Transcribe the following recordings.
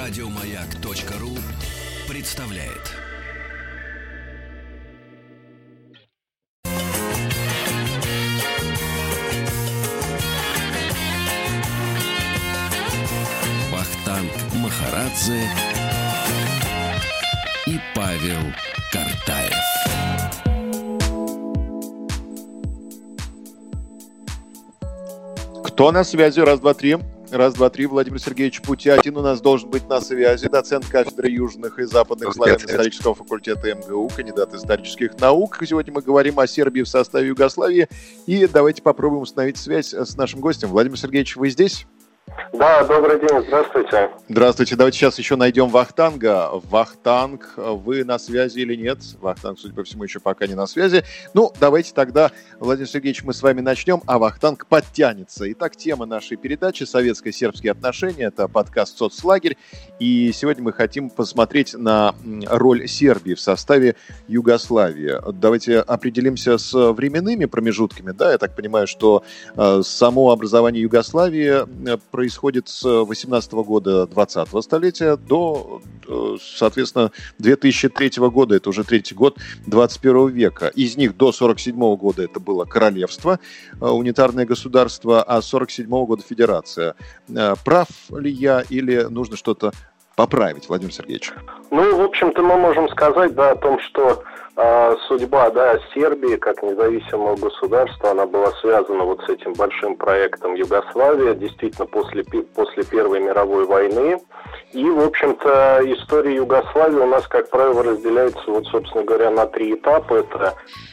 Радиомаяк.ру представляет. Вахтанг Махарадзе и Павел Картаев. Кто на связи? Раз, два, три. Раз, два, три. Владимир Сергеевич Путятин у нас должен быть на связи. Доцент кафедры южных и западных славяно-исторического факультета МГУ, кандидат исторических наук. Сегодня мы говорим о Сербии в составе Югославии. И давайте попробуем установить связь с нашим гостем. Владимир Сергеевич, вы здесь? Да, добрый день, здравствуйте. Здравствуйте, давайте сейчас еще найдем Вахтанга. Вахтанг, вы на связи или нет? Вахтанг, судя по всему, еще пока не на связи. Ну, давайте тогда, Владимир Сергеевич, мы с вами начнем, а Вахтанг подтянется. Итак, тема нашей передачи — советско-сербские отношения. Это подкаст «Соцлагерь». И сегодня мы хотим посмотреть на роль Сербии в составе Югославии. Давайте определимся с временными промежутками. Да, я так понимаю, что само образование Югославии происходит с 18 года 20-го столетия до, соответственно, 2003 года, это уже третий год 21 века. Из них до 47 года это было королевство, унитарное государство, а с 47 года федерация. Прав ли я или нужно что-то поправить, Владимир Сергеевич? Ну, в общем-то, мы можем сказать, да, о том, что судьба, да, Сербии как независимого государства, она была связана вот с этим большим проектом Югославия, действительно, после Первой мировой войны. И, в общем-то, история Югославии у нас, как правило, разделяется, вот, собственно говоря, на три этапа. Это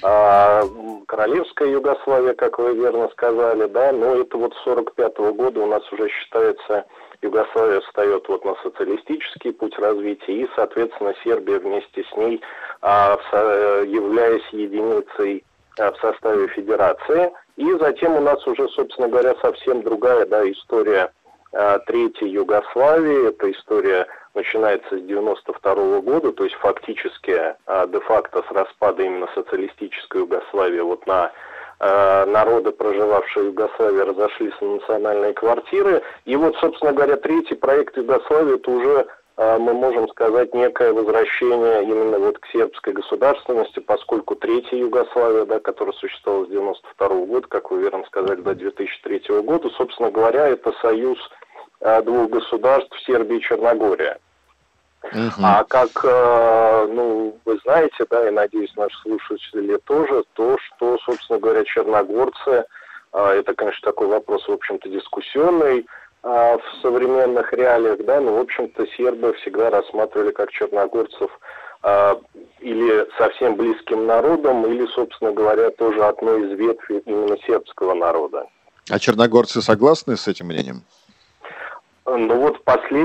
королевская Югославия, как вы верно сказали, да, но это вот с 1945 года у нас уже считается, Югославия встает вот на социалистический путь развития, и, соответственно, Сербия вместе с ней, являясь единицей в составе федерации. И затем у нас уже, собственно говоря, совсем другая, да, история Третьей Югославии. Эта история начинается с 1992 года, то есть фактически, де-факто с распада именно социалистической Югославии вот на народы, проживавшие в Югославии, разошлись на национальные квартиры. И вот, собственно говоря, третий проект Югославии — это уже, мы можем сказать, некое возвращение именно вот к сербской государственности, поскольку третья Югославия, да, которая существовала с 1992 года, как вы верно сказали, до 2003 года, собственно говоря, это союз двух государств — Сербии и Черногория. А как, ну, вы знаете, да, и, надеюсь, наши слушатели тоже, то, что, собственно говоря, черногорцы, это, конечно, такой вопрос, в общем-то, дискуссионный в современных реалиях, да, но, в общем-то, сербы всегда рассматривали как черногорцев или совсем близким народом, или, собственно говоря, тоже одной из ветвей именно сербского народа. А черногорцы согласны с этим мнением? Ну вот в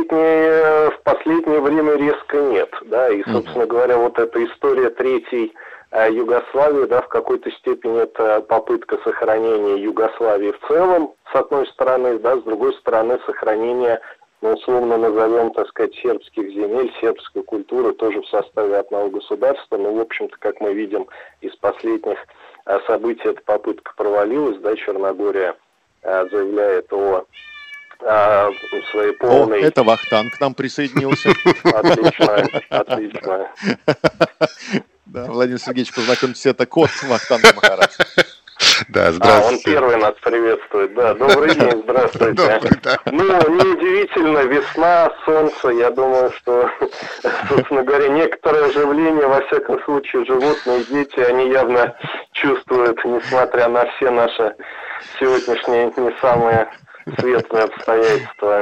последнее время резко нет, да, и, собственно говоря, вот эта история Третьей Югославии, да, в какой-то степени это попытка сохранения Югославии в целом, с одной стороны, да, с другой стороны сохранение, ну, условно назовем, так сказать, сербских земель, сербской культуры тоже в составе одного государства, но, в общем-то, как мы видим из последних событий, эта попытка провалилась, да, Черногория заявляет о своей полной... О, это Вахтанг к нам присоединился. Отлично. Да, Владимир Сергеевич, познакомьтесь, это кот Вахтанга Махарадзе. Да, здравствуйте. Он первый нас приветствует. Да, добрый день, здравствуйте. Добрый, да. Ну, неудивительно, весна, солнце, я думаю, что, собственно говоря, некоторое оживление, во всяком случае, животные, дети, они явно чувствуют, несмотря на все наши сегодняшние не самые светлые обстоятельства.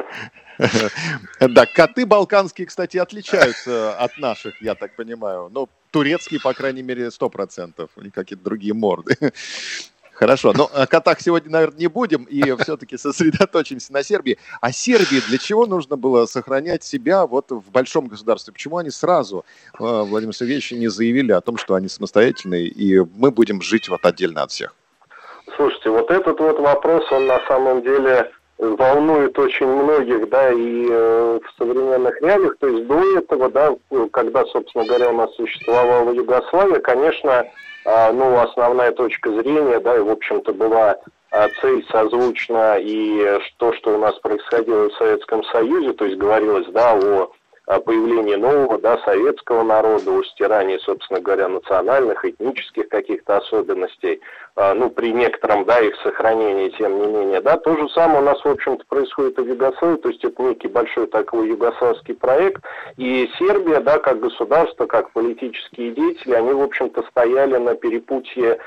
Да, коты балканские, кстати, отличаются от наших, я так понимаю. Но турецкие, по крайней мере, 100%, или какие-то другие морды. Хорошо, но о котах сегодня, наверное, не будем, и все-таки сосредоточимся на Сербии. А Сербии для чего нужно было сохранять себя вот в большом государстве? Почему они сразу, Владимир Сергеевич, не заявили о том, что они самостоятельные, и мы будем жить вот отдельно от всех? Слушайте, вот этот вот вопрос, он на самом деле волнует очень многих, да, и в современных реалиях. То есть до этого, да, когда, собственно говоря, у нас существовала Югославия, конечно, ну, основная точка зрения, да, и, в общем-то, была цель созвучна и то, что у нас происходило в Советском Союзе, то есть говорилось, да, о появлении нового, да, советского народа, о стирании, собственно говоря, национальных, этнических каких-то особенностей, ну, при некотором, да, их сохранении, тем не менее, да, то же самое у нас, в общем-то, происходит и в Югославии, то есть это некий большой такой югославский проект, и Сербия, да, как государство, как политические деятели, они, в общем-то, стояли на перепутье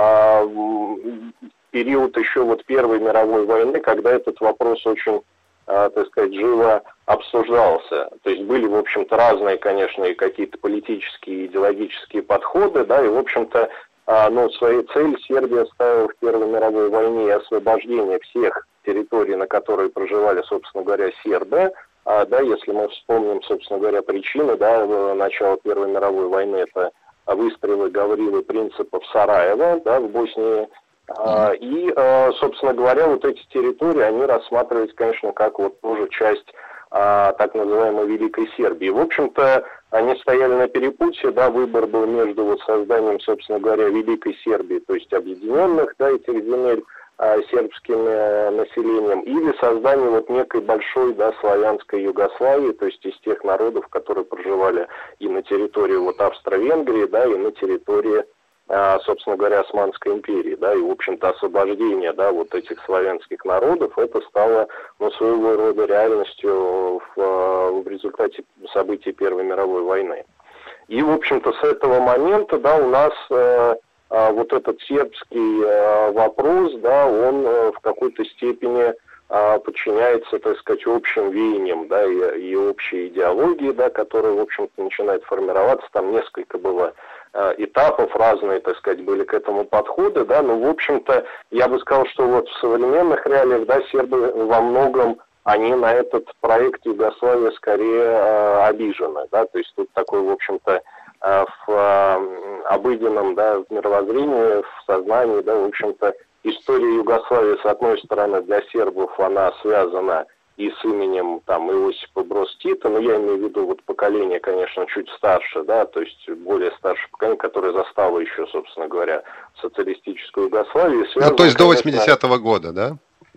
период еще вот Первой мировой войны, когда этот вопрос очень, так сказать, живо обсуждался. То есть были, в общем-то, разные, конечно, и какие-то политические, идеологические подходы, да, и, в общем-то, ну, своей целью Сербия ставила в Первой мировой войне освобождение всех территорий, на которые проживали, собственно говоря, сербы. Да, если мы вспомним, собственно говоря, причины, да, начала Первой мировой войны, это выстрелы Гаврилы Принципа в Сараево, да, в Боснии. И, собственно говоря, вот эти территории, они рассматривались, конечно, как вот тоже часть так называемой Великой Сербии. В общем-то, они стояли на перепутье, да, выбор был между вот созданием, собственно говоря, Великой Сербии, то есть объединенных, да, этих земель сербским населением, или созданием вот некой большой, да, славянской Югославии, то есть из тех народов, которые проживали и на территории вот Австро-Венгрии, да, и на территории, собственно говоря, Османской империи, да, и, в общем-то, освобождение, да, вот этих славянских народов, это стало, ну, своего рода реальностью в результате событий Первой мировой войны. И, в общем-то, с этого момента, да, у нас вот этот сербский вопрос, да, он в какой-то степени подчиняется, так сказать, общим веяниям, да, и общей идеологии, да, которая, в общем-то, начинает формироваться. Там несколько было этапов, разные, так сказать, были к этому подходы, да, но, в общем-то, я бы сказал, что вот в современных реалиях, да, сербы во многом, они на этот проект Югославии скорее обижены, да, то есть тут такой, в общем-то, в обыденном, да, в мировоззрении, в сознании, да, в общем-то, история Югославии, с одной стороны, для сербов она связана и с именем там Иосипа Броз Тита, но я имею в виду вот поколение, конечно, чуть старше, да, то есть более старшее поколение, которое застало еще, собственно говоря, социалистическую Югославию. Ну, то есть до 80-го года, да?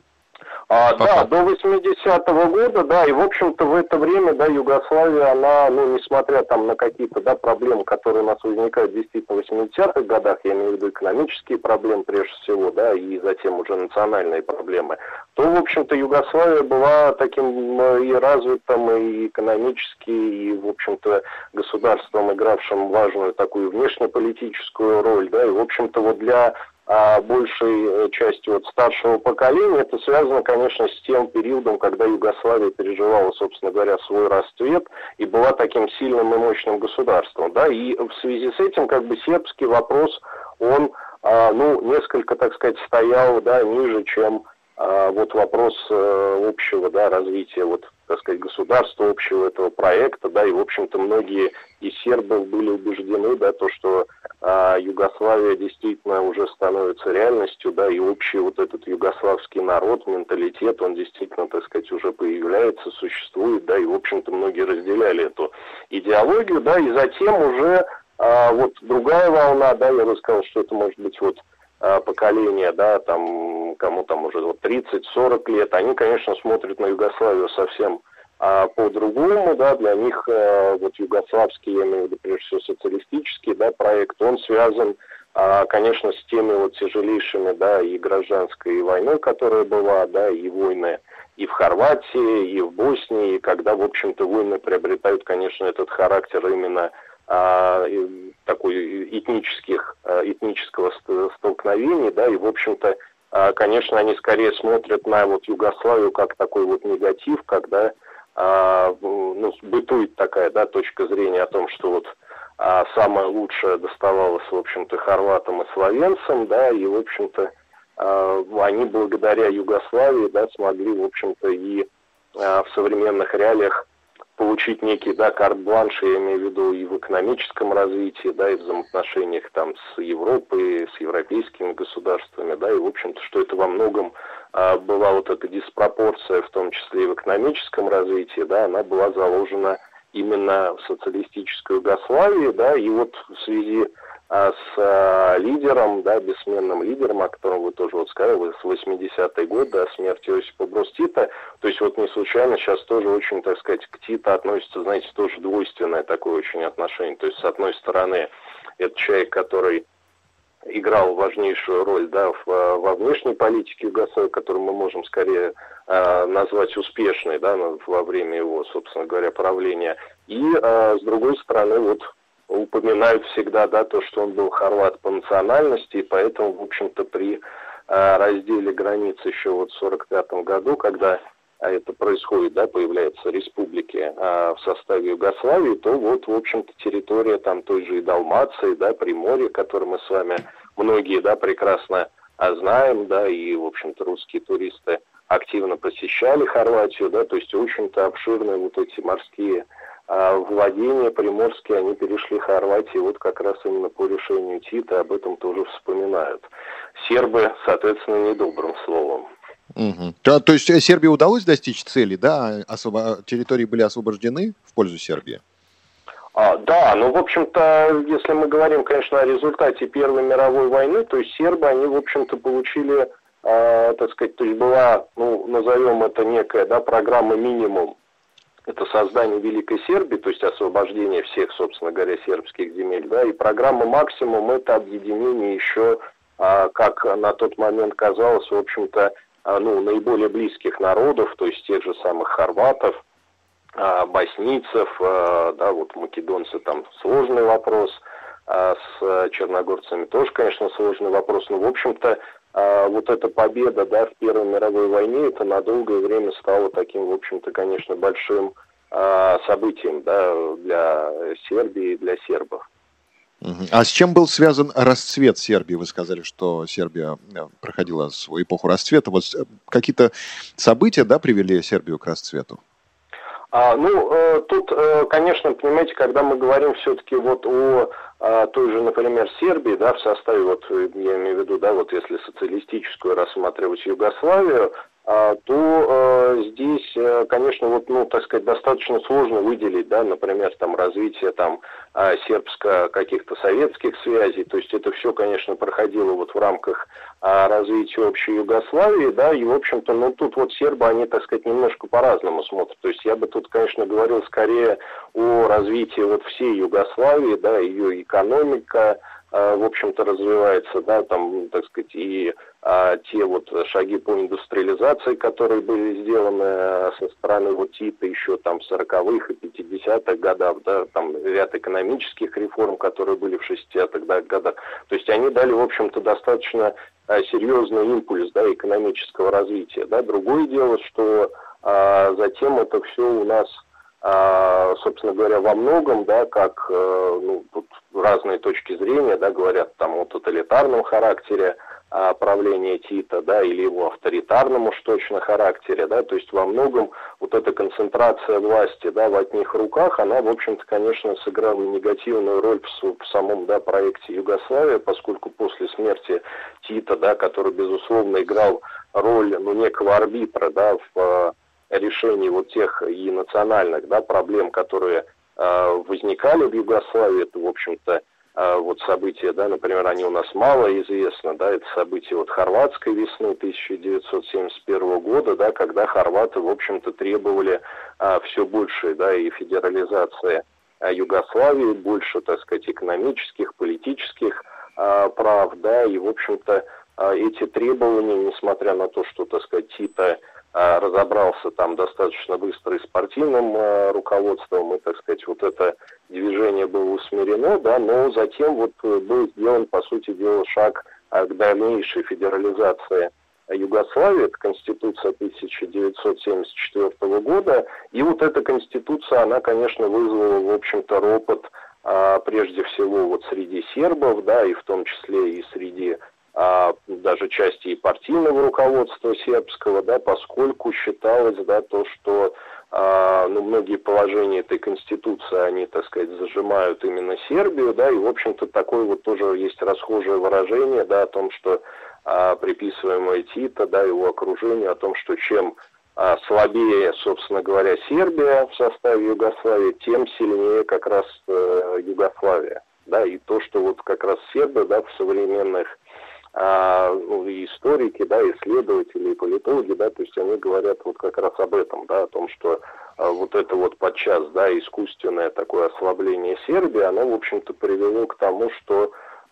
Да, до 80-го года, да, и, в общем-то, в это время, да, Югославия, она, ну, несмотря там на какие-то, да, проблемы, которые у нас возникают действительно в 80-х годах, я имею в виду экономические проблемы, прежде всего, да, и затем уже национальные проблемы, то, в общем-то, Югославия была таким и развитым, и экономически, и, в общем-то, государством, игравшим важную такую внешнеполитическую роль, да, и, в общем-то, вот для большей части вот старшего поколения это связано, конечно, с тем периодом, когда Югославия переживала, собственно говоря, свой расцвет и была таким сильным и мощным государством, да, и в связи с этим, как бы, сербский вопрос, он, ну, несколько, так сказать, стоял, да, ниже, чем вот вопрос общего, да, развития, вот, так сказать, государства, общего этого проекта, да, и, в общем-то, многие из сербов были убеждены, да, то, что Югославия действительно уже становится реальностью, да, и общий вот этот югославский народ, менталитет, он действительно, так сказать, уже появляется, существует, да, и, в общем-то, многие разделяли эту идеологию, да, и затем уже вот другая волна, да, я бы сказал, что это может быть вот поколение, да, там, кому там уже вот 30-40 лет, они, конечно, смотрят на Югославию совсем по-другому, да, для них вот югославский, я имею в виду, прежде всего, социалистический, да, проект, он связан, конечно, с теми вот тяжелейшими, да, и гражданской войной, которая была, да, и войны и в Хорватии, и в Боснии, когда, в общем-то, войны приобретают, конечно, этот характер именно такой этнического столкновения, да, и, в общем-то, конечно, они скорее смотрят на вот Югославию как такой вот негатив, когда, ну, бытует такая, да, точка зрения о том, что вот самое лучшее доставалось, в общем-то, хорватам и словенцам, да, и, в общем-то, они благодаря Югославии, да, смогли, в общем-то, и в современных реалиях получить некий, да, карт-бланш, я имею в виду и в экономическом развитии, да, и в взаимоотношениях там с Европой, с европейскими государствами, да, и, в общем-то, что это во многом была вот эта диспропорция, в том числе и в экономическом развитии, да, она была заложена именно в социалистической Югославии, да, и вот в связи с лидером, да, бессменным лидером, о котором вы тоже вот сказали, с 80-й год, да, смерть Иосипа Брос Тита. То есть вот не случайно сейчас тоже очень, так сказать, к Тита относится, знаете, тоже двойственное такое очень отношение. То есть с одной стороны это человек, который играл важнейшую роль, да, во внешней политике Югославии, которую мы можем скорее назвать успешной, да, во время его, собственно говоря, правления. И с другой стороны, вот упоминают всегда, да, то, что он был хорват по национальности, и поэтому, в общем-то, при разделе границ еще вот в 1945 году, когда это происходит, да, появляются республики в составе Югославии, то вот, в общем-то, территория там той же и Далмации, да, Приморья, которую мы с вами многие, да, прекрасно знаем, да, и, в общем-то, русские туристы активно посещали Хорватию, да, то есть, в общем-то, обширные вот эти морские владения приморские, они перешли Хорватии вот как раз именно по решению Тита, об этом тоже вспоминают. Сербы, соответственно, недобрым словом. Угу. То есть Сербии удалось достичь цели, да? Территории были освобождены в пользу Сербии? Да, ну, в общем-то, если мы говорим, конечно, о результате Первой мировой войны, то есть сербы, они, в общем-то, получили, так сказать, то есть была, ну, назовем это некая, да, программа «Минимум». Это создание Великой Сербии, то есть освобождение всех, собственно говоря, сербских земель, да, и программа «Максимум» — это объединение еще, как на тот момент казалось, в общем-то, ну, наиболее близких народов, то есть тех же самых хорватов, боснийцев, да, вот македонцы, там сложный вопрос, с черногорцами тоже, конечно, сложный вопрос, но, в общем-то, вот эта победа, да, в Первой мировой войне, это на долгое время стало таким, в общем-то, конечно, большим событием, да, для Сербии и для сербов. А с чем был связан расцвет Сербии? Вы сказали, что Сербия проходила свою эпоху расцвета. Вот какие-то события, да, привели Сербию к расцвету? Тут, конечно, понимаете, когда мы говорим все-таки вот о той же, например, Сербии, да, в составе, вот я имею в виду, да, вот если социалистическую рассматривать Югославию, то здесь, конечно, вот, ну, так сказать, достаточно сложно выделить, да, например, там развитие там сербско каких-то советских связей, то есть это все, конечно, проходило вот в рамках развития общей Югославии, да, и, в общем-то, ну, тут вот сербы, они, так сказать, немножко по-разному смотрят, то есть я бы тут, конечно, говорил скорее о развитии вот всей Югославии, да, ее экономика, в общем-то, развивается, да, там, так сказать, и те вот шаги по индустриализации, которые были сделаны со стороны вот Тита еще там в 40-х и 50-х годах, да, там ряд экономических реформ, которые были в 60-х годах, то есть они дали, в общем-то, достаточно серьезный импульс, да, экономического развития, да. Другое дело, что затем это все у нас, собственно говоря, во многом, да, как, ну, тут разные точки зрения, да, говорят там о тоталитарном характере правления Тита, да, или его авторитарном уж точно характере, да, то есть во многом вот эта концентрация власти, да, в одних руках, она, в общем-то, конечно, сыграла негативную роль в самом, да, проекте Югославия, поскольку после смерти Тита, да, который, безусловно, играл роль, ну, некого арбитра, да, в решении вот тех и национальных, да, проблем, которые возникали в Югославии, это, в общем-то, вот события, да, например, они у нас мало известны, да, это события вот хорватской весны 1971 года, да, когда хорваты, в общем-то, требовали все больше, да, и федерализации Югославии, больше, так сказать, экономических, политических прав, да, и, в общем-то, эти требования, несмотря на то, что, так сказать, Тита разобрался там достаточно быстро и с партийным руководством, и, так сказать, вот это движение было усмирено, да, но затем вот был сделан, по сути дела, шаг к дальнейшей федерализации Югославии, это Конституция 1974 года, и вот эта Конституция, она, конечно, вызвала, в общем-то, ропот прежде всего вот среди сербов, да, и в том числе и среди даже части и партийного руководства сербского, да, поскольку считалось, да, то, что ну, многие положения этой Конституции, они, так сказать, зажимают именно Сербию, да, и, в общем-то, такое вот тоже есть расхожее выражение, да, о том, что приписываемое Тита, да, его окружению, о том, что чем слабее, собственно говоря, Сербия в составе Югославии, тем сильнее как раз Югославия. да, и то, что вот как раз сербы, да, в современных и историки, да, исследователи, и политологи, да, то есть они говорят вот как раз об этом, да, о том, что вот это вот подчас, да, искусственное такое ослабление Сербии, оно, в общем-то, привело к тому, что,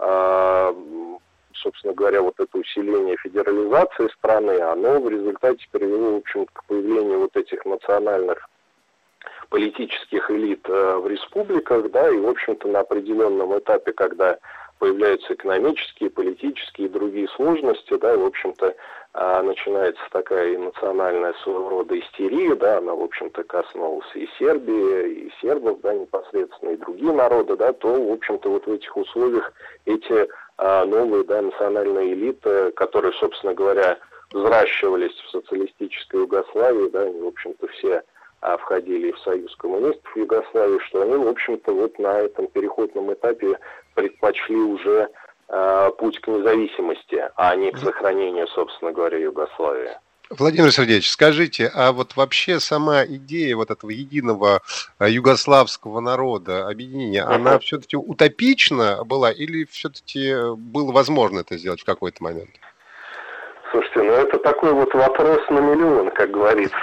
собственно говоря, вот это усиление федерализации страны, оно в результате привело, в общем-то, к появлению вот этих национальных политических элит в республиках, да, и, в общем-то, на определенном этапе, когда появляются экономические, политические и другие сложности, да, и, в общем-то, начинается такая национальная своего рода истерия, да, она, в общем-то, коснулась и Сербии, и сербов, да, непосредственно, и другие народы, да, то, в общем-то, вот в этих условиях эти новые, да, национальные элиты, которые, собственно говоря, взращивались в социалистической Югославии, да, они, в общем-то, все входили в союз коммунистов Югославии, что они, в общем-то, вот на этом переходном этапе предпочли уже путь к независимости, а не к сохранению, собственно говоря, Югославии. Владимир Сергеевич, скажите, а вот вообще сама идея вот этого единого югославского народа, объединения, она все-таки утопична была или все-таки было возможно это сделать в какой-то момент? Слушайте, ну это такой вот вопрос на миллион, как говорится.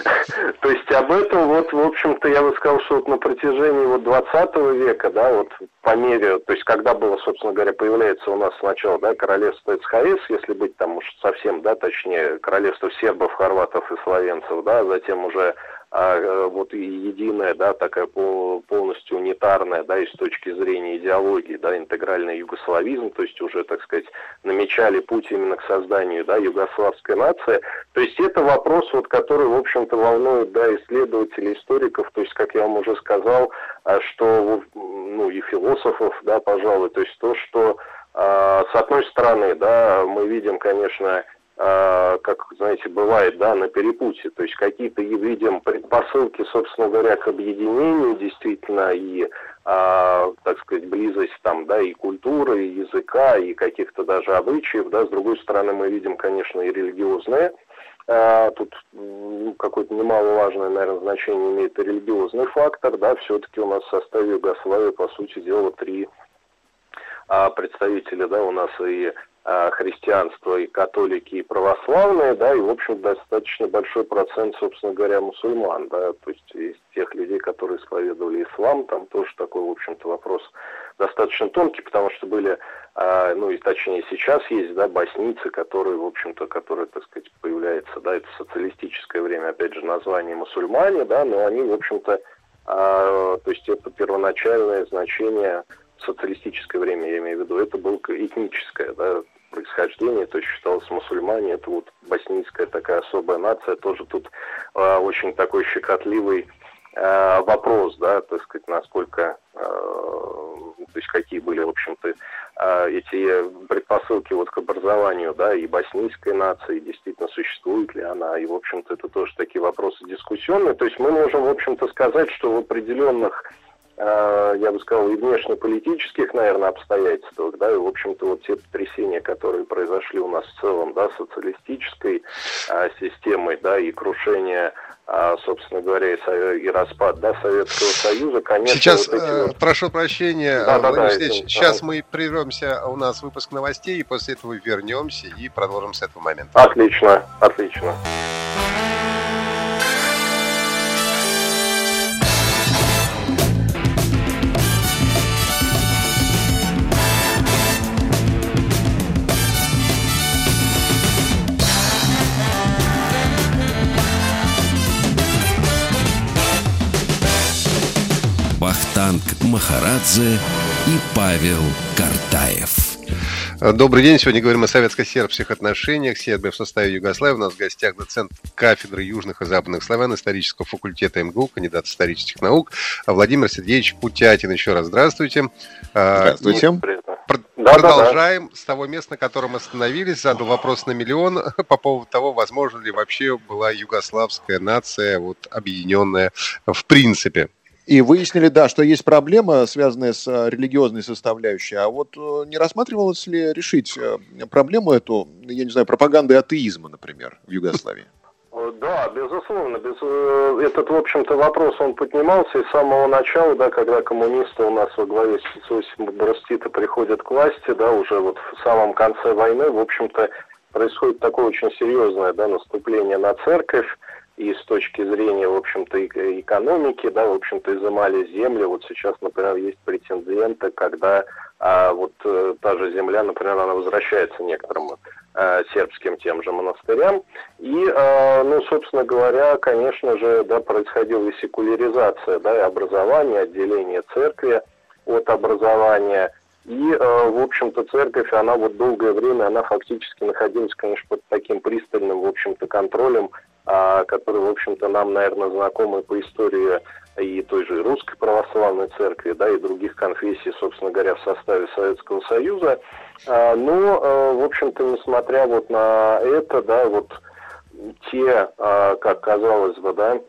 То есть об этом вот, в общем-то, я бы сказал, что вот на протяжении вот 20 века, да, вот по мере, то есть когда было, собственно говоря, появляется у нас сначала, да, королевство СХС, если быть там уж совсем, да, точнее, королевство сербов, хорватов и словенцев, да, затем уже вот и единая, да, такая полностью унитарная, да, и с точки зрения идеологии, да, интегральный югославизм, то есть уже, так сказать, намечали путь именно к созданию, да, югославской нации. То есть это вопрос, вот, который, в общем-то, волнует, да, исследователей, историков, то есть, как я вам уже сказал, что, ну, и философов, да, пожалуй, то есть то, что, с одной стороны, да, мы видим, конечно, как, знаете, бывает, да, на перепутье, то есть какие-то видим предпосылки, собственно говоря, к объединению действительно и, так сказать, близость там, да, и культуры, и языка, и каких-то даже обычаев, да, с другой стороны мы видим, конечно, и религиозные, тут какое-то немаловажное, наверное, значение имеет и религиозный фактор, да, все-таки у нас в составе Югославии, по сути дела, 3 представителя, да, у нас и христианство, и католики, и православные, да, и, в общем, достаточно большой процент, собственно говоря, мусульман, да, то есть из тех людей, которые исповедовали ислам, там тоже такой, в общем-то, вопрос достаточно тонкий, потому что были, ну, и точнее сейчас есть, да, боснийцы, которые, в общем-то, которые, так сказать, появляются, да, это социалистическое время, опять же, название мусульмане, да, но они, в общем-то, то есть это первоначальное значение социалистическое время, я имею в виду, это было этническое, да, происхождение, то есть считалось мусульмане, это вот боснийская такая особая нация, тоже тут очень такой щекотливый вопрос, да, так сказать, насколько, то есть какие были, в общем-то, эти предпосылки вот к образованию, да, и боснийской нации, действительно существует ли она, и, в общем-то, это тоже такие вопросы дискуссионные, то есть мы можем, в общем-то, сказать, что в определенных, я бы сказал, и внешнеполитических, наверное, обстоятельствах, да, и, в общем-то, вот те потрясения, которые произошли у нас в целом, да, социалистической системой, да, и крушение, собственно говоря, и распад, да, Советского Союза, конечно... Сейчас, вот эти... прошу прощения, да, сейчас мы прервемся, у нас выпуск новостей, и после этого вернемся и продолжим с этого момента. Отлично, отлично. Вахтанг Махарадзе и Павел Картаев. Добрый день. Сегодня говорим о советско-сербских отношениях. Сербия в составе Югославии. У нас в гостях доцент кафедры южных и западных славян исторического факультета МГУ, кандидат исторических наук Владимир Сергеевич Путятин. Еще раз здравствуйте. Здравствуйте. Продолжаем с того места, на котором остановились. Задал вопрос на миллион по поводу того, возможно ли вообще была югославская нация, вот, объединенная в принципе. И выяснили, да, что есть проблема, связанная с религиозной составляющей. А вот не рассматривалось ли решить проблему эту, я не знаю, пропагандой атеизма, например, в Югославии? Да, безусловно. Этот, в общем-то, вопрос, он поднимался и с самого начала, да, когда коммунисты у нас во главе с Иосифом Брос Тито приходят к власти, да, уже вот в самом конце войны, в общем-то, происходит такое очень серьезное, да, наступление на церковь, и с точки зрения, в общем-то, экономики, да, в общем-то, изымали земли. Вот сейчас, например, есть претенденты, когда вот та же земля, например, она возвращается некоторым сербским тем же монастырям. И, ну, собственно говоря, конечно же, да, происходила и секуляризация, да, и образование, отделение церкви от образования. И, в общем-то, церковь, она вот долгое время, она фактически находилась, конечно, под таким пристальным, в общем-то, контролем, который, в общем-то, нам, наверное, знакомы по истории и той же Русской Православной Церкви, да, и других конфессий, собственно говоря, в составе Советского Союза. Но, в общем-то, несмотря вот на это, да, вот те, как казалось бы, да,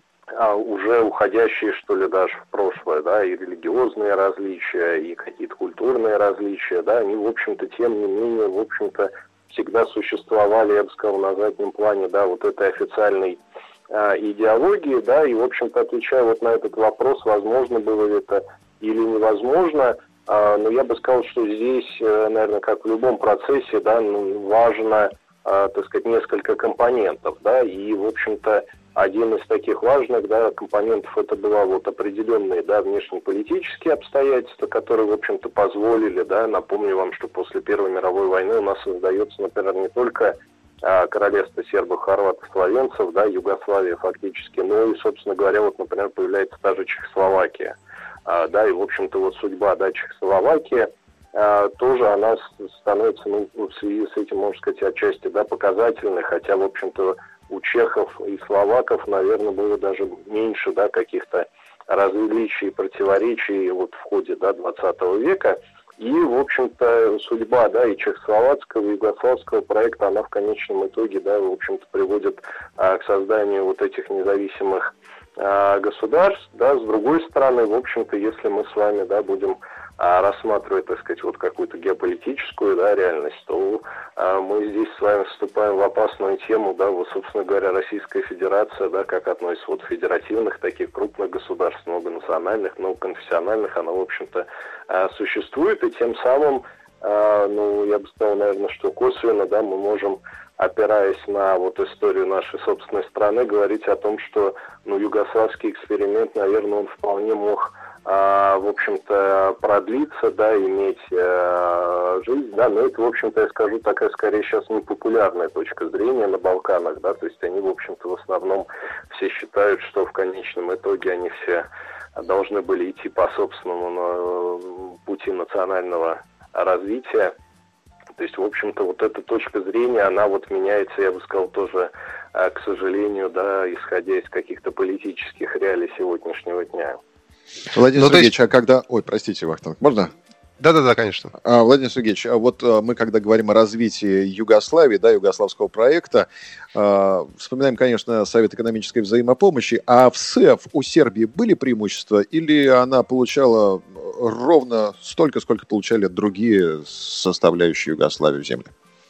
уже уходящие, что ли, даже в прошлое, да, и религиозные различия, и какие-то культурные различия, да, они, в общем-то, тем не менее, в общем-то, всегда существовали, я бы сказал, на заднем плане, да, вот этой официальной идеологии, да, и, в общем-то, отвечая вот на этот вопрос, возможно было ли это или невозможно, но я бы сказал, что здесь, наверное, как в любом процессе, да, ну, важно, так сказать, несколько компонентов, да, и, в общем-то, один из таких важных, да, компонентов это было вот определенные, да, внешнеполитические обстоятельства, которые, в общем-то, позволили, да, напомню вам, что после Первой мировой войны у нас создается, например, не только королевство сербов, хорватов, словенцев, да, Югославия фактически, но и, собственно говоря, вот, например, появляется та же Чехословакия, да, и, в общем-то, вот судьба, да, Чехословакии, тоже она становится, ну, в связи с этим, можно сказать, отчасти, да, показательной, хотя, в общем-то, у чехов и словаков, наверное, было даже меньше, да, каких-то различий, противоречий вот в ходе, да, 20 века. И, в общем-то, судьба, да, и чехословацкого, и югославского проекта, она в конечном итоге, да, в общем-то, приводит к созданию вот этих независимых государств, да. С другой стороны, в общем-то, если мы с вами, да, будем рассматривать, так сказать, вот какую-то геополитическую, да, реальность, то мы здесь с вами вступаем в опасную тему, да, вот, собственно говоря, Российская Федерация, да, как относится вот федеративных, таких крупных государств, многонациональных, многоконфессиональных, она, в общем-то, существует, и тем самым, ну, я бы сказал, наверное, что косвенно, да, мы можем, опираясь на вот историю нашей собственной страны, говорить о том, что, ну, югославский эксперимент, наверное, он вполне мог, в общем-то, продлиться, да, иметь жизнь, да, но это, в общем-то, я скажу, такая, скорее, сейчас непопулярная точка зрения на Балканах, да, то есть они, в общем-то, в основном все считают, что в конечном итоге они все должны были идти по собственному пути национального развития. То есть, в общем-то, вот эта точка зрения, она вот меняется, я бы сказал, тоже, к сожалению, да, исходя из каких-то политических реалий сегодняшнего дня. Владимир Сергеевич, а когда... Ой, простите, Вахтанг, можно? Да, конечно. Владимир Сергеевич, вот мы, когда говорим о развитии Югославии, да, югославского проекта, вспоминаем, конечно, Совет экономической взаимопомощи, а в СЭФ у Сербии были преимущества или она получала ровно столько, сколько получали другие составляющие Югославии в земле?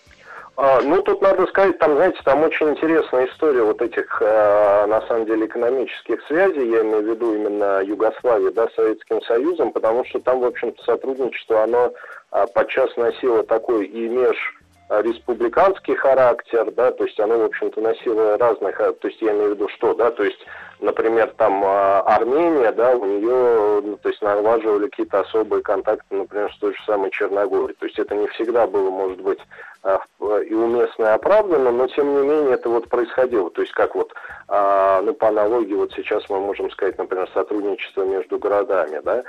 Ну, тут надо сказать, там, знаете, там очень интересная история вот этих, на самом деле, экономических связей, я имею в виду именно Югославии, да, с Советским Союзом, потому что там, в общем-то, сотрудничество, оно подчас носило такой и межреспубликанский характер, да, то есть оно, в общем-то, носило разные, то есть я имею в виду что, да, то есть, например, там Армения, да, у нее, ну, то есть налаживали какие-то особые контакты, например, с той же самой Черногорией, то есть это не всегда было, может быть, и уместно, и оправданно, но тем не менее это вот происходило. То есть как вот, ну, по аналогии, вот сейчас мы можем сказать, например, сотрудничество между городами, да.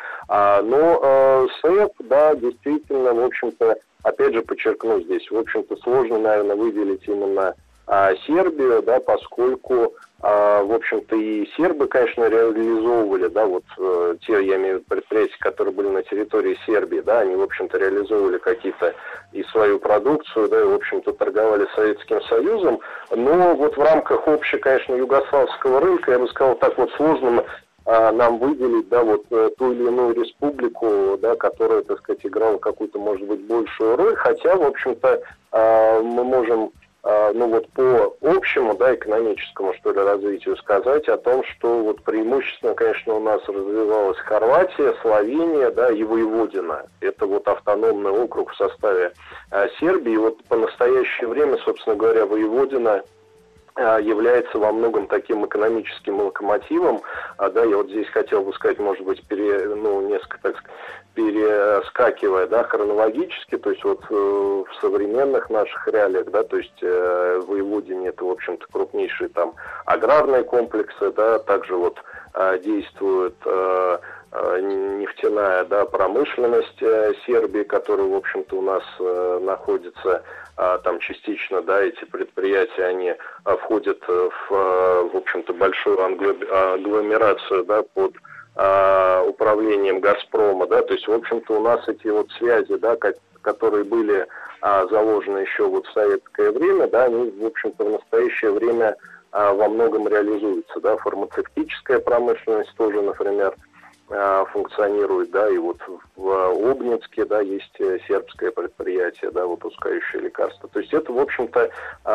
Но СЭФ, да, действительно, в общем-то, опять же подчеркну здесь, в общем-то, сложно, наверное, выделить именно Сербию, да, поскольку, в общем-то, и сербы, конечно, реализовывали, да, вот те, я имею в виду, предприятия, которые были на территории Сербии, да, они, в общем-то, реализовывали какие-то и свою продукцию, да, и, в общем-то, торговали с Советским Союзом, но вот в рамках общего, конечно, югославского рынка, я бы сказал, так вот сложно нам выделить, да, вот ту или иную республику, да, которая, так сказать, играла какую-то, может быть, большую роль, хотя, в общем-то, мы можем по общему, экономическому, развитию сказать о том, что вот преимущественно, конечно, у нас развивалась Хорватия, Словения, и Воеводина. Это вот автономный округ в составе Сербии. И вот по настоящее время, собственно говоря, Воеводина является во многом таким экономическим локомотивом. Я вот здесь хотел бы сказать, может быть, несколько, так сказать, перескакивая, хронологически, то есть вот в современных наших реалиях, то есть в Воеводине это, в общем-то, крупнейшие там аграрные комплексы, также вот действует нефтяная, промышленность Сербии, которая, в общем-то, у нас находится там частично, эти предприятия, они входят в общем-то, большую агломерацию, под управлением «Газпрома», то есть, в общем-то, у нас эти вот связи, которые были заложены еще вот в советское время, они, в общем-то, в настоящее время во многом реализуются, фармацевтическая промышленность тоже, например, функционирует, и вот в Обнинске, есть сербское предприятие, выпускающее лекарства. То есть это, в общем-то,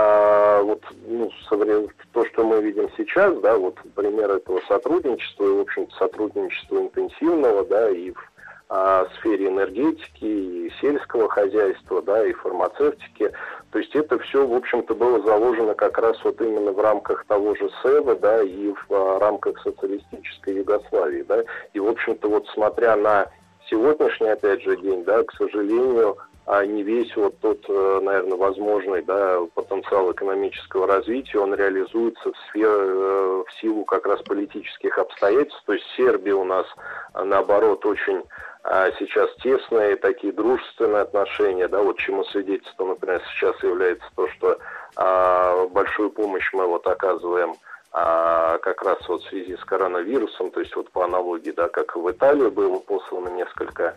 то, что мы видим сейчас, пример этого сотрудничества, и, в общем-то, сотрудничества интенсивного, и в сфере энергетики, и сельского хозяйства, и фармацевтики. То есть это все, в общем-то, было заложено как раз вот именно в рамках того же СЭВа, и в рамках социалистической Югославии, И, в общем-то, вот смотря на сегодняшний, опять же, день, к сожалению, не весь вот тот, наверное, возможный, потенциал экономического развития, он реализуется в силу как раз политических обстоятельств. То есть Сербия у нас, наоборот, очень сейчас тесные, такие дружественные отношения, вот чему свидетельством, например, сейчас является то, что большую помощь мы вот оказываем как раз вот в связи с коронавирусом, то есть вот по аналогии, как в Италии было послано несколько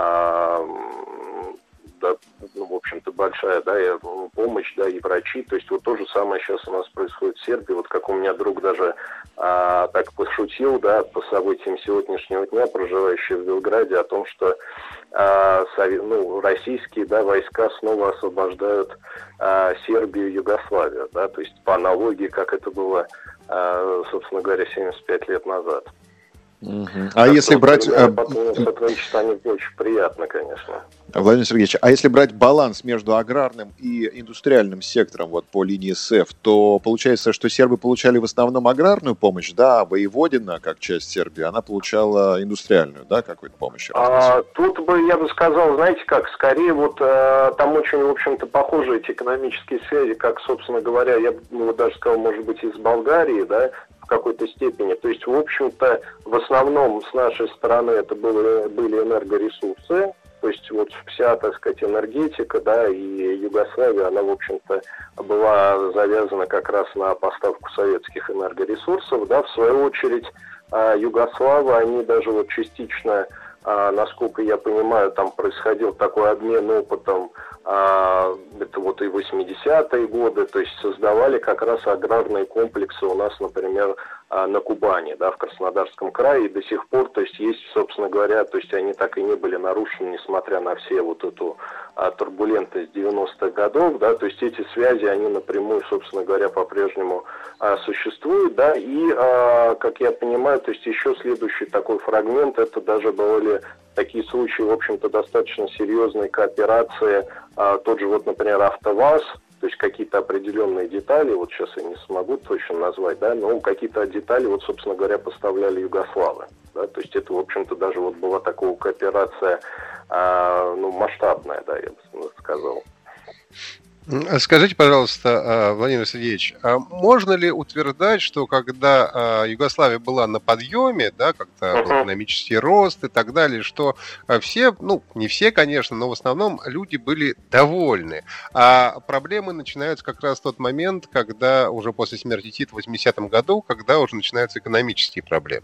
в общем-то, большая, помощь, и врачи. То есть вот то же самое сейчас у нас происходит в Сербии. Вот как у меня друг даже так пошутил, по событиям сегодняшнего дня, проживающий в Белграде, о том, что российские, войска снова освобождают Сербию и Югославию, то есть по аналогии, как это было, собственно говоря, 75 лет назад. А если брать... Сотрудничество не очень приятно, конечно. Владимир Сергеевич, а если брать баланс между аграрным и индустриальным сектором вот по линии СЭФ, то получается, что сербы получали в основном аграрную помощь, а Воеводина, как часть Сербии, она получала индустриальную, какую-то помощь? Тут бы, я бы сказал, знаете как, скорее вот там очень, в общем-то, похожие эти экономические связи, как, собственно говоря, я бы даже сказал, может быть, из Болгарии, в какой-то степени. То есть, в общем-то, в основном с нашей стороны это были энергоресурсы, то есть вот вся, так сказать, энергетика, и Югославия, она, в общем-то, была завязана как раз на поставку советских энергоресурсов, в свою очередь, югославы, они даже вот частично, насколько я понимаю, там происходил такой обмен опытом, это вот и 80-е годы, то есть создавали как раз аграрные комплексы у нас, например, на Кубани, в Краснодарском крае, и до сих пор, то есть есть, собственно говоря, то есть они так и не были нарушены, несмотря на все вот эту турбулентность 90-х годов, то есть эти связи, они напрямую, собственно говоря, по-прежнему существуют, и, как я понимаю, то есть еще следующий такой фрагмент, это даже были такие случаи, в общем-то, достаточно серьезной кооперации, тот же, вот, например, АвтоВАЗ, то есть какие-то определенные детали, вот сейчас я не смогу точно назвать, но какие-то детали, вот, собственно говоря, поставляли югославы, то есть это, в общем-то, даже вот была такая кооперация, масштабная, я бы сказал. Скажите, пожалуйста, Владимир Сергеевич, можно ли утверждать, что когда Югославия была на подъеме, как-то экономический рост и так далее, что все, не все, конечно, но в основном люди были довольны, а проблемы начинаются как раз в тот момент, когда уже после смерти Тита в 80-м году, когда уже начинаются экономические проблемы?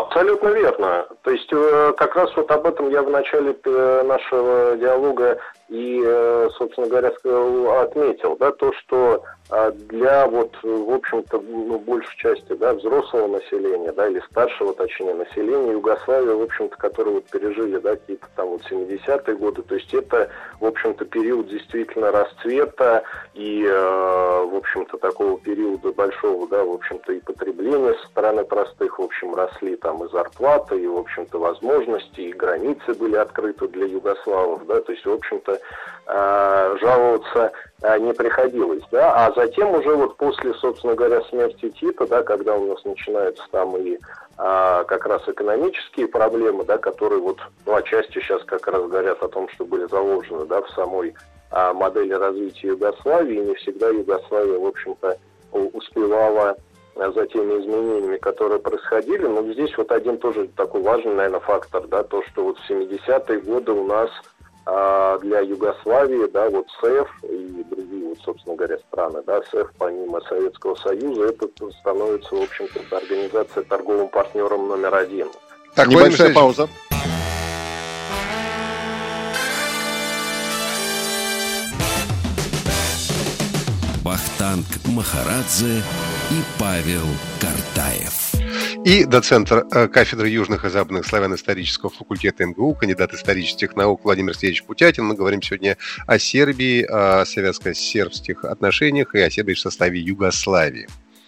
Абсолютно верно. То есть как раз вот об этом я в начале нашего диалога и, собственно говоря, отметил, да, то, что для вот, в общем-то, большей части, да, взрослого населения, да, или старшего, точнее, населения Югославии, в общем-то, которые вот пережили, да, какие-то там вот 70-е годы, то есть это, в общем-то, период действительно расцвета и, в общем-то, такого периода большого, да, в общем-то, и потребления со стороны простых, в общем, росли там и зарплаты, и, в общем-то, возможности, и границы были открыты для югославов, да, то есть, в общем-то, жаловаться не приходилось, да, а затем уже вот после, собственно говоря, смерти Тита, да, когда у нас начинаются там и как раз экономические проблемы, да, которые вот, ну, отчасти сейчас как раз говорят о том, что были заложены, да, в самой модели развития Югославии, и не всегда Югославия, в общем-то, успевала за теми изменениями, которые происходили, но здесь вот один тоже такой важный, наверное, фактор, да, то, что вот в 70-е годы у нас для Югославии, да, вот СЭФ и другие, вот, собственно говоря, страны, да, СЭФ, помимо Советского Союза, это становится, в общем-то, организация торговым партнером номер один. Так, небольшая пауза. Вахтанг Махарадзе и Павел Картаев. И доцент кафедры южных и западных славяно-исторического факультета МГУ, кандидат исторических наук Владимир Сергеевич Путятин. Мы говорим сегодня о Сербии, о советско-сербских отношениях и о Сербии в составе Югославии.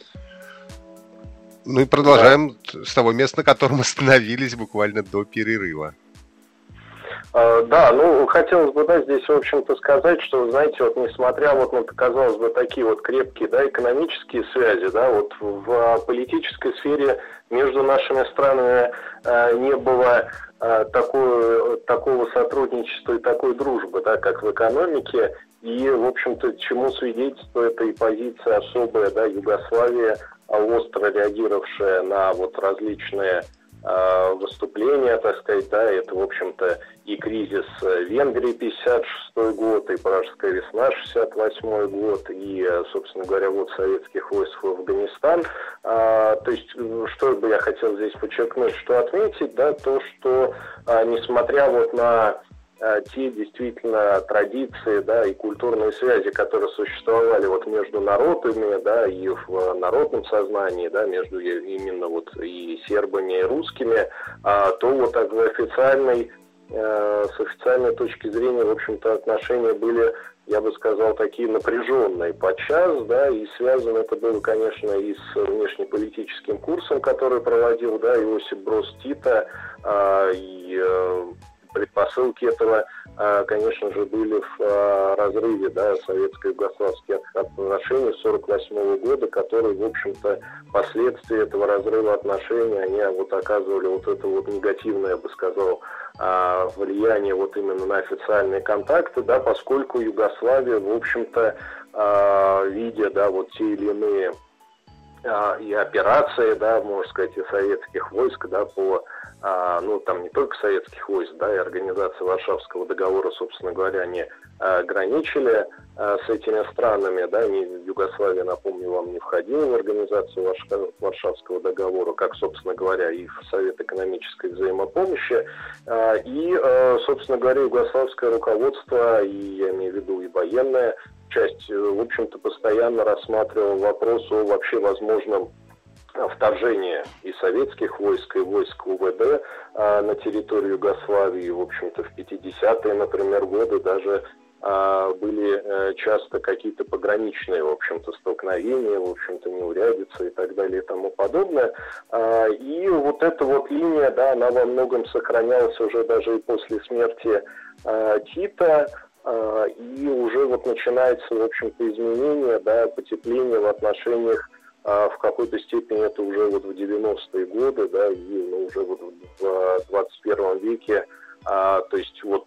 Ну и продолжаем с того места, на котором остановились буквально до перерыва. Да, ну, хотелось бы, да, здесь, в общем-то, сказать, что, знаете, вот несмотря вот на, казалось бы, такие вот крепкие, да, экономические связи, да, вот в политической сфере между нашими странами не было такого сотрудничества и такой дружбы, да, как в экономике, и, в общем-то, чему свидетельствует и позиция особая, да, Югославии, остро реагировавшая на вот различные выступления, так сказать, да, это, в общем-то, и кризис Венгрии 56 год, и Пражская весна 68 год, и, собственно говоря, вот советских войск в Афганистан. То есть, что бы я хотел здесь подчеркнуть, что отметить, да, то, что, несмотря вот на те действительно традиции, да, и культурные связи, которые существовали вот между народами, да, и в народном сознании, да, между именно вот и сербами, и русскими, то вот с официальной точки зрения, в общем-то, отношения были, я бы сказал, такие напряженные подчас, да, и связано это было, конечно, и с внешнеполитическим курсом, который проводил, да, Иосип Брос Тита, и предпосылки этого, конечно же, были в разрыве, да, советско-югославских отношений 1948 года, которые, в общем-то, последствия этого разрыва отношений, они вот оказывали вот это вот негативное, я бы сказал, влияние вот именно на официальные контакты, да, поскольку Югославия, в общем-то, видя, да, вот те или иные и операции, да, можно сказать, и советских войск, да, по, ну, там не только советских войск, да, и организации Варшавского договора, собственно говоря, они граничили с этими странами, да, Югославия, напомню вам, не входила в организацию Варшавского договора, как, собственно говоря, и в Совет экономической взаимопомощи, и, собственно говоря, югославское руководство, и я имею в виду и военная часть, в общем-то, постоянно рассматривала вопрос о вообще возможном вторжении и советских войск, и войск УВД на территорию Югославии. В общем-то, в 50-е, например, годы даже были часто какие-то пограничные, в общем-то, столкновения, в общем-то, неурядицы и так далее и тому подобное. И вот эта вот линия, да, она во многом сохранялась уже даже и после смерти Тита. И уже вот начинается, в общем-то, изменение, да, потепление в отношениях, в какой-то степени это уже вот в 90-е годы, да, и ну, уже вот в 21 веке, то есть вот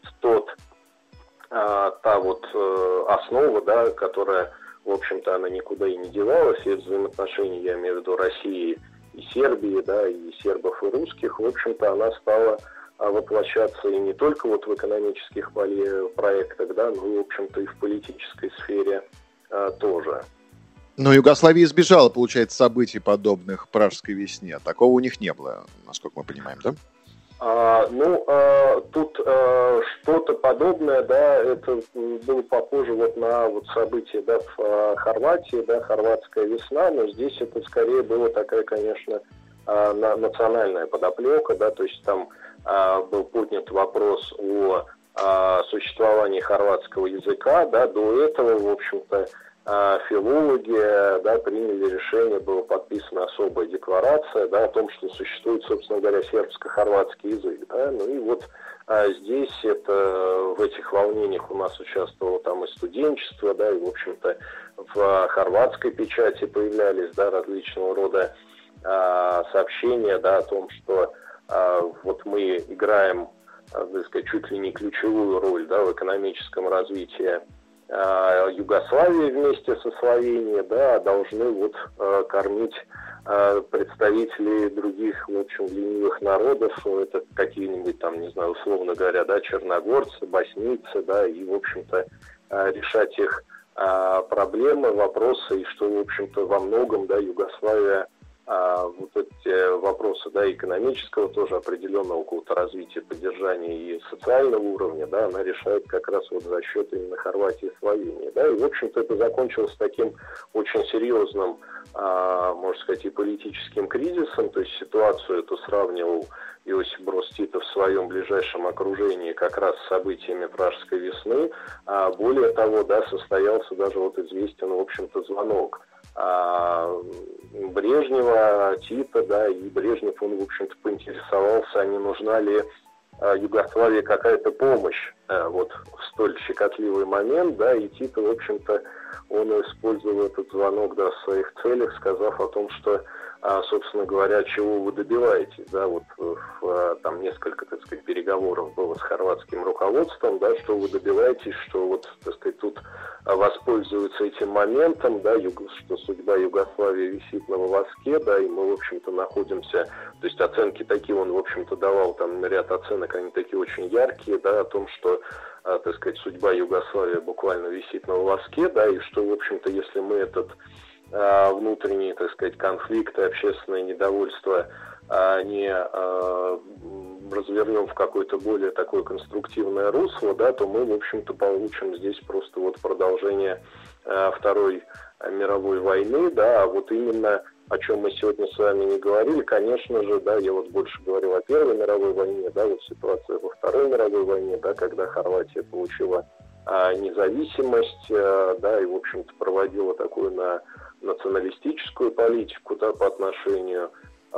та вот основа, да, которая, в общем-то, она никуда и не девалась, и взаимоотношения, я имею в виду России и Сербии, да, и сербов и русских, в общем-то, она стала воплощаться и не только вот в экономических проектах, да, но и, в общем-то, и в политической сфере тоже. Но Югославия избежала, получается, событий, подобных Пражской весне. Такого у них не было, насколько мы понимаем, да? Тут что-то подобное, да, это было похоже вот на вот события, да, в Хорватии, да, хорватская весна, но здесь это скорее было такая, конечно, национальная подоплека, да, то есть там был поднят вопрос о существовании хорватского языка, да, до этого, в общем-то, филологи, да, приняли решение, была подписана особая декларация, да, о том, что существует, собственно говоря, сербско-хорватский язык, да, ну и вот здесь это, в этих волнениях у нас участвовало там и студенчество, да, и, в общем-то, в хорватской печати появлялись, да, различного рода сообщения, да, о том, что вот мы играем, так сказать, чуть ли не ключевую роль, да, в экономическом развитии Югославии вместе со Словенией, да, должны вот кормить представителей других, в общем, ленивых народов, это какие-нибудь там, не знаю, условно говоря, да, черногорцы, боснийцы, да, и, в общем-то, решать их проблемы, вопросы, и что, в общем-то, во многом, да, Югославия вот эти вопросы, да, экономического тоже определенного какого-то развития, поддержания и социального уровня, да, она решает как раз вот за счет именно Хорватии и Словении, да, и, в общем-то, это закончилось таким очень серьезным, можно сказать, и политическим кризисом, то есть ситуацию эту сравнивал Иосиф Брос Тито в своем ближайшем окружении как раз с событиями Пражской весны, более того, да, состоялся даже вот известен, в общем-то, звонок Брежнева, Тита, да, и Брежнев, он, в общем-то, поинтересовался, а не нужна ли Югославии какая-то помощь вот в столь щекотливый момент, да, и Тита, в общем-то, он использовал этот звонок, да, в своих целях, сказав о том, что, собственно говоря, чего вы добиваетесь, да, вот там несколько, так сказать, переговоров было с хорватским руководством, да, что вы добиваетесь, что вот, так сказать, тут воспользуются этим моментом, да, что судьба Югославии висит на волоске, да, и мы, в общем-то, находимся, то есть оценки такие он, в общем-то, давал там ряд оценок, они такие очень яркие, да, о том, что, так сказать, судьба Югославии буквально висит на волоске, да, и что, в общем-то, если мы этот внутренний, так сказать, конфликт и общественное недовольство не развернем в какое-то более такое конструктивное русло, да, то мы, в общем-то, получим здесь просто вот продолжение Второй мировой войны, да, а вот именно о чем мы сегодня с вами не говорили, конечно же, да, я вот больше говорил о Первой мировой войне, да, вот ситуация во Второй мировой войне, да, когда Хорватия получила независимость, да, и, в общем-то, проводила такую националистическую политику, да, по отношению,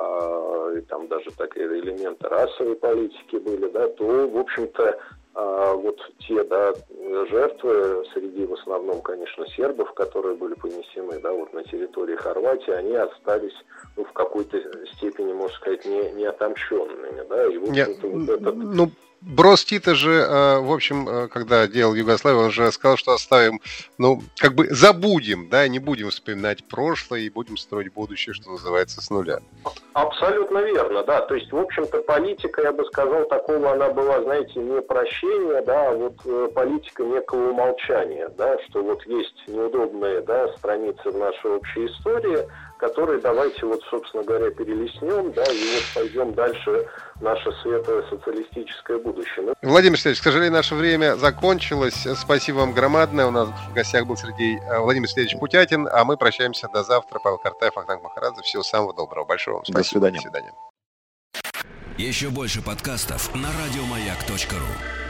и там даже такие элементы расовой политики были, да, то, в общем-то, вот те, да, жертвы среди в основном, конечно, сербов, которые были понесены, да, вот на территории Хорватии, они остались, ну, в какой-то степени, можно сказать, не отомщенными, да, и, в общем-то, вот этот... Брос Тито же, в общем, когда делал Югославию, он же сказал, что оставим, ну, как бы забудем, да, не будем вспоминать прошлое и будем строить будущее, что называется, с нуля. Абсолютно верно, да, то есть, в общем-то, политика, я бы сказал, такого она была, знаете, не прощения, да, а вот политика некого умолчания, да, что вот есть неудобные, да, страницы в нашей общей истории, которые давайте вот, собственно говоря, перелистнем, да, и вот пойдем дальше наше светлое социалистическое будущее. Владимир Сергеевич, к сожалению, наше время закончилось. Спасибо вам громадное. У нас в гостях был Владимир Сергеевич Путятин, а мы прощаемся до завтра. Павел Картаев, Вахтанг Махарадзе. Всего самого доброго. Большого вам спасибо. До свидания. Еще больше подкастов на радиомаяк.ру.